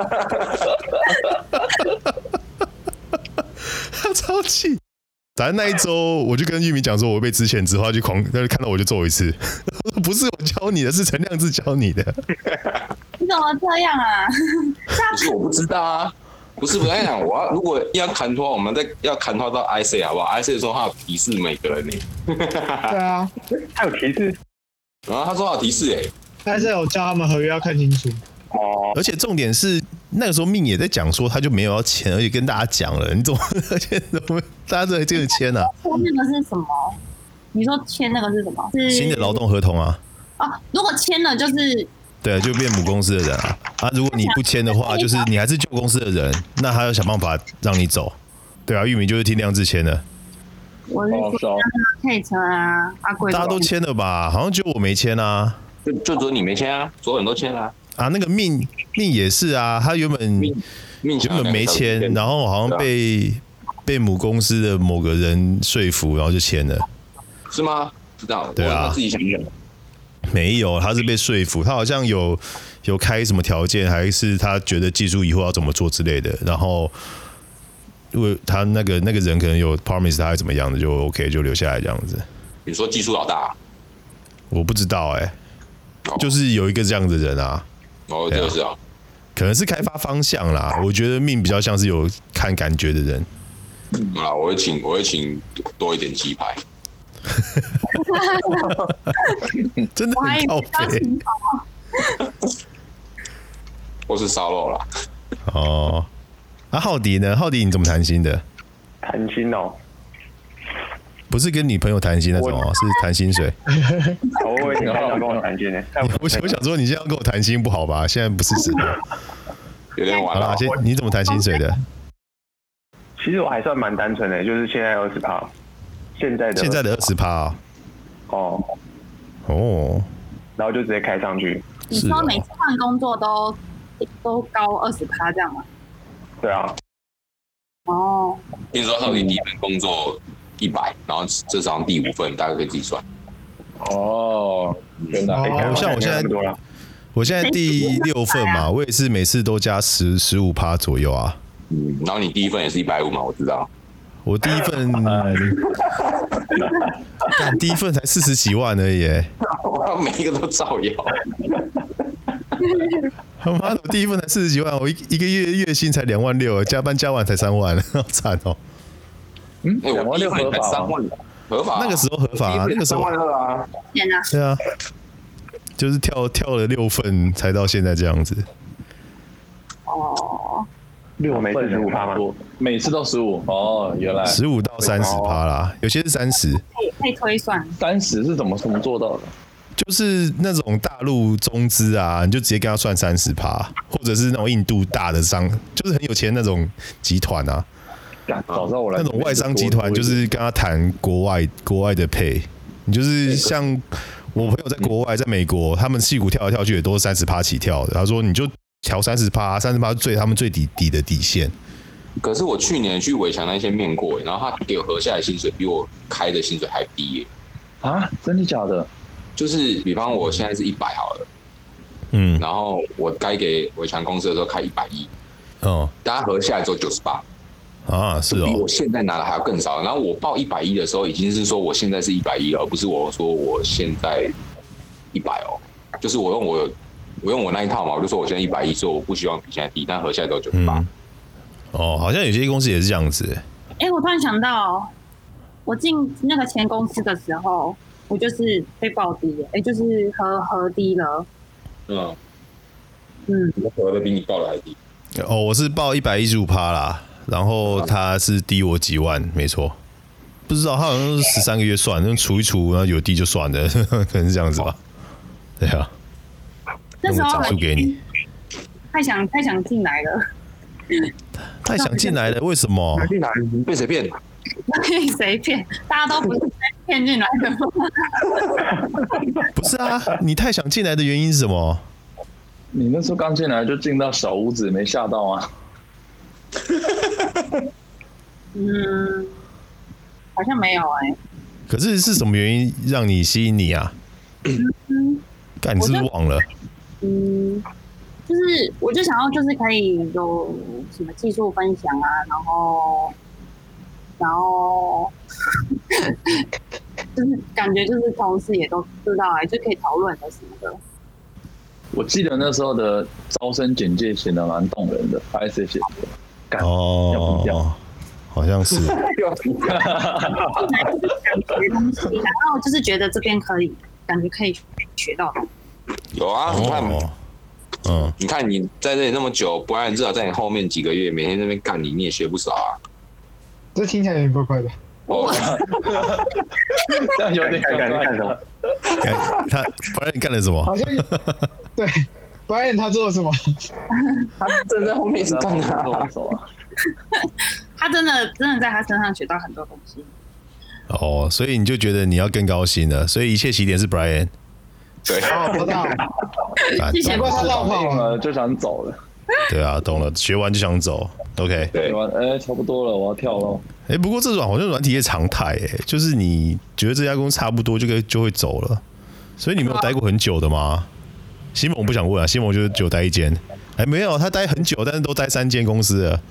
A: 他超气。反正那一周，我就跟玉米讲说，我被之前之后，他就狂，他就看到我就揍我一次。不是我教你的，是陈亮智教你的。
D: 你怎么这样啊？
F: 不是我不知道啊，不是我在讲，我要如果要砍拖，我们再要砍拖到 I C 好不好 ？I C 的时候他有提示每个人呢。
E: 对啊，
G: 他有提示。
F: 然后他说他有提示哎，
E: 但是有叫他们合约要看清楚。
F: 哦，
A: 而且重点是那个时候命也在讲说他就没有要签，而且跟大家讲了，你怎么而且怎么大家都在这个签啊？
D: 那个是什么？你说签那个是什么？是
A: 新的劳动合同啊。
D: 哦，如果签了就是
A: 对，就变母公司的人啊。啊，如果你不签的话，就是你还是旧公司的人，那他要想办法让你走。对啊，玉米就是听亮智签的。
D: 我是说 Kate 啊，阿贵
A: 大家都签了吧？好像就我没签啊。
F: 就就只有你没签啊，所有人都签了啊。
A: 啊，那个命命也是啊，他原本原本没签，然后好像被、啊、被母公司的某个人说服，然后就签了。
F: 是吗？知道。
A: 对啊，
F: 自己想想。
A: 没有，他是被说服，他好像有有开什么条件，还是他觉得技术以后要怎么做之类的，然后因为他那个那个人可能有 promise 他还怎么样的，就 OK 就留下来这样子。
F: 你说技术老大、啊？
A: 我不知道哎、欸哦，就是有一个这样的人啊。
F: 哦，这个是啊，
A: 可能是开发方向啦。我觉得命比较像是有看感觉的人。
F: 好啦，我会请我会请多一点鸡排。
A: 真的很靠北。
F: 或是烧肉啦。
A: 哦，啊，浩迪呢？浩迪你怎么谈心的？
G: 谈心哦，
A: 不是跟女朋友谈心那种哦，是谈薪水。
G: 我以前很想跟我谈心呢。
A: 我我想说，你现在要跟我谈心不好吧？现在不是时候。
F: 有点晚了。
A: 好啦，先你怎么谈薪水的？
G: 其实我还算蛮单纯的，就是现在二十趴，现在的
A: 现在的二十趴啊。
G: 哦
A: 哦，
G: 然后就直接开上去。
D: 你说每次换工作都都高二十趴这样吗？
G: 对啊。
D: 哦。
F: 听说浩迪第一份工作一百，然后这张第五份大概可以自己算。
C: 哦，原来、
A: 哦、像我现在，我现在第六份嘛，我也是每次都加十十五趴左右啊。
F: 嗯，然后你第一份也是一百五嘛，我知道。
A: 我第一份，干第一份才四十几万而已，
F: 我每一个都照要。
A: 他妈的，我第一份才四十几万，我一一个月月薪才两万六，加班加完才三万，好惨哦。
C: 嗯，两万六合法
F: 三万，合法。
A: 那个时候合法、啊，那个时候。
F: 三万二啊。
D: 天哪！
A: 对啊，就是跳跳了六份才到现在这样子。
D: 哦。
G: 六每次十五趴吗？
C: 每次都十五哦，原来
A: 十五到三十趴啦，有些是三十。
D: 可以可以推算。
C: 三十是怎么怎么做到的？
A: 就是那种大陆中资啊，你就直接跟他算三十趴，或者是那种印度大的商，就是很有钱那种集团啊。
C: 早知道我来。
A: 那种外商集团就是跟他谈国外国外的配，你就是像我朋友在国外，在美国，他们矽谷跳来跳去也都是三十趴起跳的。他说你就。调三十趴，三十趴是最他们最底底的底线。
F: 可是我去年去伟强那些面过，然后他给我核下的薪水比我开的薪水还低耶。
C: 啊，真的假的？
F: 就是比方我现在是一百好了，
A: 嗯，
F: 然后我该给伟强公司的时候开一百一，
A: 哦，
F: 大家核下来之后九十八，
A: 啊，是哦，
F: 比我现在拿的还要更少。然后我报一百一的时候，已经是说我现在是一百一了，而不是我说我现在一百哦，就是我用我。我用我那一套嘛，我就说我现在一百一，所以我不希望比现在低，但合下来都九十八。
A: 哦，好像有些公司也是这样子。
D: 哎、欸，我突然想到，我进那个前公司的时候，我就是被报低了，哎、欸，就是核核低了。
F: 嗯
D: 嗯，
F: 我核的比你报的还低。
A: 哦，我是报一百一十五趴啦，然后他是低我几万，没错。不知道他好像是十三个月算，那除一除，然后有低就算了，可能是这样子吧。对啊。
D: 那时候
A: 很给你，
D: 太想太想进来了，
A: 太想进来了，为什么？
F: 进来被谁骗？
D: 被谁骗？大家都不是被骗进来的吗？
A: 不是啊，你太想进来的原因是什么？
C: 你那时候刚进来就进到小屋子，没吓到吗？
D: 嗯，好像没有哎、欸。
A: 可是是什么原因让你吸引你啊？
D: 嗯，
A: 干，你是不是忘了？
D: 嗯，就是我就想要就是可以有什么技术分享啊，然后然后就是感觉就是同事也都知道哎，就可以讨论的什么的。
C: 我记得那时候的招生简介写的蛮动人的，还是写的
A: 哦，好像是。
D: 然后就是觉得这边可以，感觉可以学到的。
F: 有啊，你看，
A: 哦、嗯，
F: 你看你在这里那么久，不然至少在你后面几个月，每天在那边干你，你也学不少啊。
E: 这听起来有点怪怪的。
F: 哦，
C: 这样有点
G: 看看你看什么？
A: 他 Brian 干了什么？
E: 好像对，Brian 他做了什么？
F: 他站在后面一直看他。
D: 他真的真的在他身上学到很多东西。
A: 哦，所以你就觉得你要更高兴了，所以一切起点是 Brian。
F: 对，
E: 哦，知道。
D: 谢谢。
E: 难怪他绕跑
C: 了，就想走了。
A: 对啊，懂了，学完就想走。OK，
F: 对，
C: 学完哎，差不多了，我要跳了。
A: 哎，不过这种好像软体业常态，哎，就是你觉得这家公司差不多就可以就会走了，所以你没有待过很久的吗？西蒙我不想问啊，西蒙就是只有待一间。哎，没有，他待很久，但是都待三间公司了。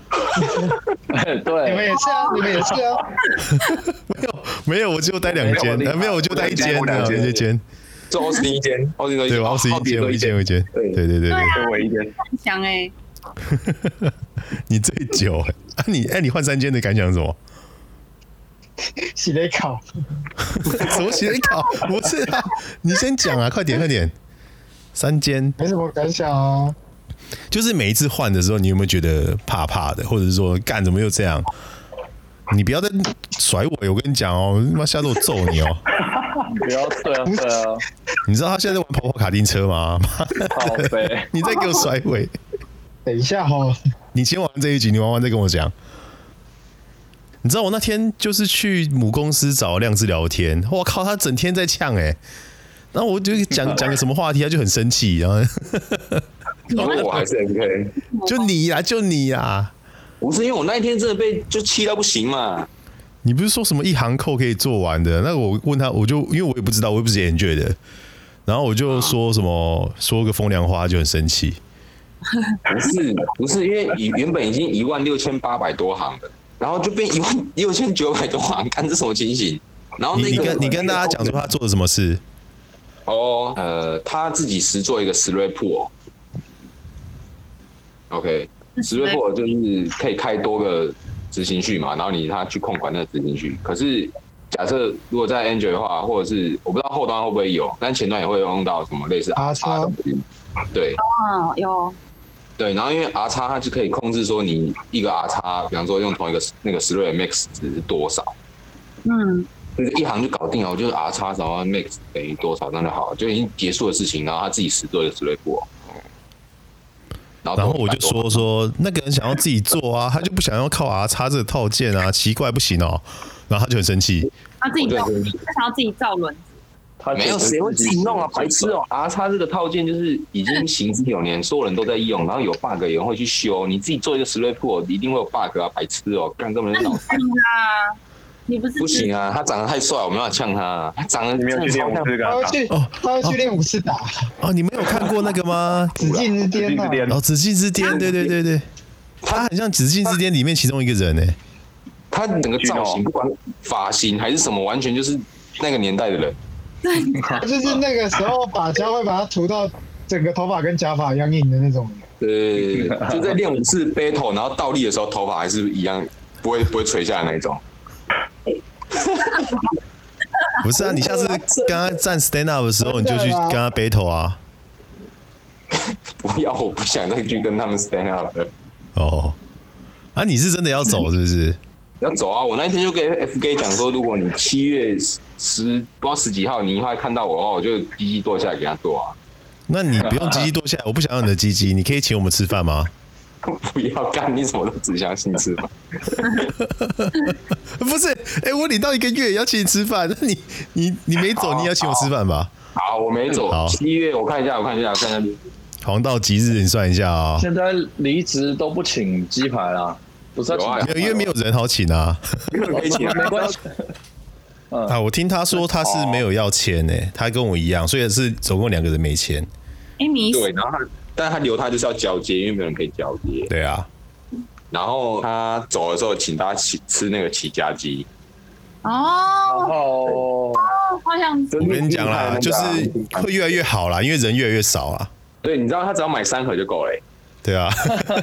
C: 对，
E: 你们也是啊，你们也是啊。
A: 没有，没有，我只有待两间，没有，我就待一间，两间，一间。
F: 这欧斯第一间，欧斯第一间，
A: 对，欧斯一间，我一间，我一间。对对对对，
G: 我一间。
D: 很香哎。
A: 你最久哎，啊你哎你换三间的感想是什么？
E: 洗雷考。
A: 什么洗雷考？不是啊，你先讲啊，快点快点。三间
E: 没什么感想啊。
A: 就是每一次换的时候，你有没有觉得怕怕的，或者是说干怎么又这样？你不要再甩尾，我跟你讲哦，他妈下次我揍你哦！
C: 不要对啊对啊！
A: 你知道他现在在玩跑跑卡丁车吗？
C: 好呗！
A: 你再给我甩尾！
E: 等一下哦，
A: 你先玩这一局，你玩完再跟我讲。你知道我那天就是去母公司找亮志聊天，我靠，他整天在呛哎、欸，然后我就讲讲个什么话题，他就很生气，然后。
F: 我还是 M K，
A: 就你啦，就你啦，
F: 不是因为我那一天真的被就气到不行嘛。
A: 你不是说什么一行扣可以做完的？那我问他，我就因为我也不知道，我也不是 enjoy 的，然后我就说什么说个风凉话就很生气。
F: 不是不是，因为原本已经一万六千八百多行了，然后就变一万六千九百多行，看这什么情形？然后那个
A: 你跟你跟大家讲说他做了什么事？
F: 哦，呃，他自己实做一个 Stray Pool。OK， Stray Pool 就是可以开多个执行序嘛，然后你他去控管那个执行序。可是假设如果在 Android 的话，或者是我不知道后端会不会有，但前端也会用到什么类似 R 叉的。对，
D: 哦，有。
F: 对，然后因为 R 叉它就可以控制说你一个 R 叉，比方说用同一个那个 Stray max 值是多少。
D: 嗯。
F: 就是一行就搞定了，我就是 R 叉然后 max 等于多少，那就好了，就已经结束的事情。然后他自己实做一个 Stray Pool。
A: 然后我就说说那个人想要自己做啊，他就不想要靠 R 叉这个套件啊，奇怪不行哦。然后他就很生气，
D: 他自己造，他想要自己造轮子。
F: 没有谁会自己弄啊，白痴哦 ！R 叉这个套件就是已经行之有年，所有人都在用，然后有 bug 有人会去修。你自己做一个 Stray Pool， 一定会有 bug 啊，白痴哦！干根本就脑残
D: 啊！你不是
F: 不行啊，他长得太帅，我没办法呛他。他长得
G: 没有去练武士，
E: 他要去哦，他要去练武士打。
A: 哦，你没有看过那个吗？
E: 紫禁之巅啊！
A: 哦，紫禁之巅，对对对对，他很像紫禁之巅里面其中一个人诶。
F: 他整个造型，不管发型还是什么，完全就是那个年代的人。
E: 就是那个时候发胶会把它涂到整个头发跟假发一样硬的那种。
F: 对，就在练武士 battle， 然后倒立的时候头发还是一样，不会不会垂下来那一种。
A: 不是啊，你下次跟他站 stand up 的时候，你就去跟他 battle 啊。
F: 不要，我不想再去跟他们 stand up 了。
A: 哦，啊，你是真的要走是不是？
F: 要走啊！我那一天就跟 F K 讲说，如果你七月十不知道十几号，你以后看到我的话，我就鸡鸡剁下来给他剁啊。
A: 那你不用鸡鸡剁下来，我不想要你的鸡鸡，你可以请我们吃饭吗？
F: 不要干，你什么都只相信吃饭。
A: 不是，哎、欸，我领到一个月要请你吃饭，那你你你没走，你也要请我吃饭吧？
F: 好，我没走。
A: 好，
F: 七月我看一下，我看一下，我看一下。
A: 黄道吉日，你算一下啊、哦。
C: 现在离职都不请鸡排啦，不是要请、啊，
A: 没有，因为没有人好请啊。
F: 没有人可以请，
C: 没关系。
A: 啊，我听他说他是没有要签诶、欸，他跟我一样，所以是总共两个人没签。
D: 哎，你
F: 对，然后他，但他留他就是要交接，因为没有人可以交接。
A: 对啊。
F: 然后他走的时候，请大家吃吃那个起家鸡。
D: 哦，
C: 哦，
D: 好像
A: 我跟你讲啦，就是会越来越好啦，因为人越来越少啦。
F: 对，你知道他只要买三盒就够了、欸。
A: 对啊。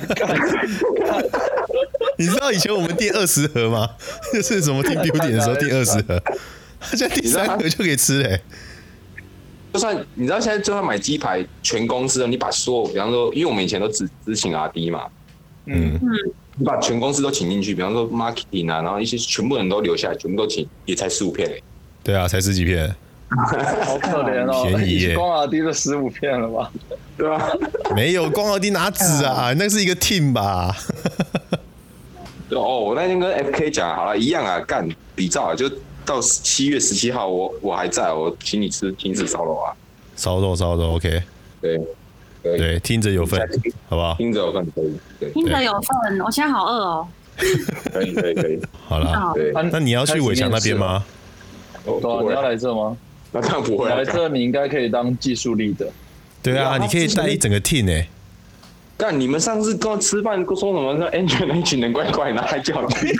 A: 你知道以前我们订二十盒吗？就是什么订 building 的时候订二十盒，他现在订三盒就可以吃嘞、欸。
F: 就算你知道现在就算买鸡排，全公司你把所有，比方说，因为我们以前都只只请 R D 嘛，
A: 嗯，
F: 你把全公司都请进去，比方说 marketing 啊，然后一些全部人都留下来，全部都请，也才十五片哎。
A: 对啊，才十几片，
C: 好可怜哦，
A: 便宜耶！
C: 光阿迪的十五片了吧？
F: 对吧？
A: 没有，光阿迪哪止啊？那是一个 team 吧？
F: 哦，我那天跟 F K 讲好了，一样啊，干比照啊，就到七月十七号，我我还在，我请你吃亲子烧肉啊，
A: 烧肉烧肉 ，OK，
F: 对，
A: 对，听着有份，好不好？
F: 听着有份可以，对，
D: 听着有份，我现在好饿哦。
F: 可以可以可以，
A: 好了，
F: 对，
A: 那你要去伟强那边吗？
C: 对啊，你要来这吗？
F: 那当然不会
C: 来这，你应该可以当技术力的。
A: 对啊，你可以带一整个 team 哎。
F: 干，你们上次跟我吃饭说什么？那 Angel 那群人怪怪，然后还叫我去，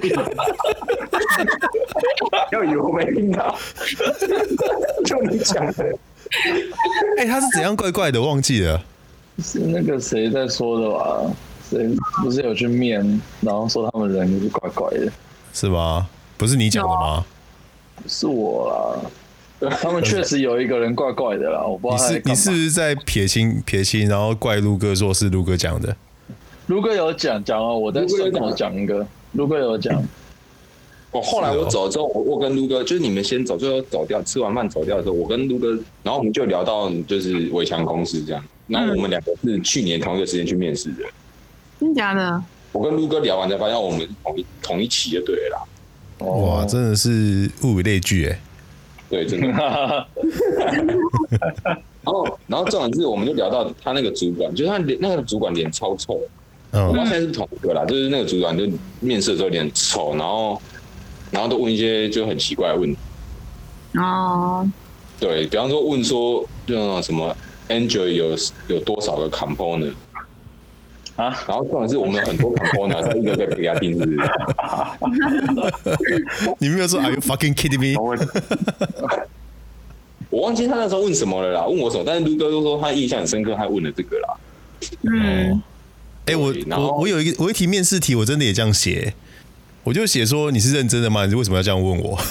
F: 要以为我没听到，就你讲的。
A: 哎、欸，他是怎样怪怪的？忘记了。
C: 是那个谁在说的吧？谁不是有去面，然后说他们人就是怪怪的，
A: 是吗？不是你讲的吗？
C: 是我啦。他们确实有一个人怪怪的啦，我不知道他在干嘛。
A: 你是你是不是在撇清撇清，然后怪陆哥说是陆哥讲的？
C: 陆哥有讲讲哦，我在顺口讲一个，陆哥有讲。
F: 我后来我走之后，我我跟卢哥就是你们先走，最后走掉，吃完饭走掉的时候，我跟卢哥，然后我们就聊到就是伟强公司这样，然后我们两个是去年同一个时间去面试的。
D: 真假的？
F: 我跟卢哥聊完才发现我们同一同一期就对了啦。
A: 哇，真的是物以类聚哎。
F: 对，真的。然后，然后重点是，我们就聊到他那个主管，就是他脸那个主管脸超臭。嗯，我不知道现在是同一个啦，就是那个主管就面试的时候脸臭，然后，然后都问一些就很奇怪的问题。
D: 哦。
F: 对，比方说问说，就什么 Android 有有多少个 component 啊？然后重点是我们有很多 component， 他一个个给他定制。
A: 你没有说 Are you fucking kidding me？
F: 我忘记他那时候问什么了啦，问我什么，但是卢哥都说他印象很深刻，他问了这个啦。
D: 嗯。
A: 哎、欸，我我我有一个我一题面试题，我真的也这样写，我就写说你是认真的吗？你为什么要这样问我？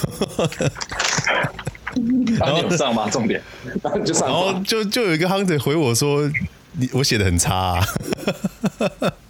C: 然后有上吗？重点，
F: 就上。
A: 然后就就有一个 hunter 回我说，你我写的很差、啊。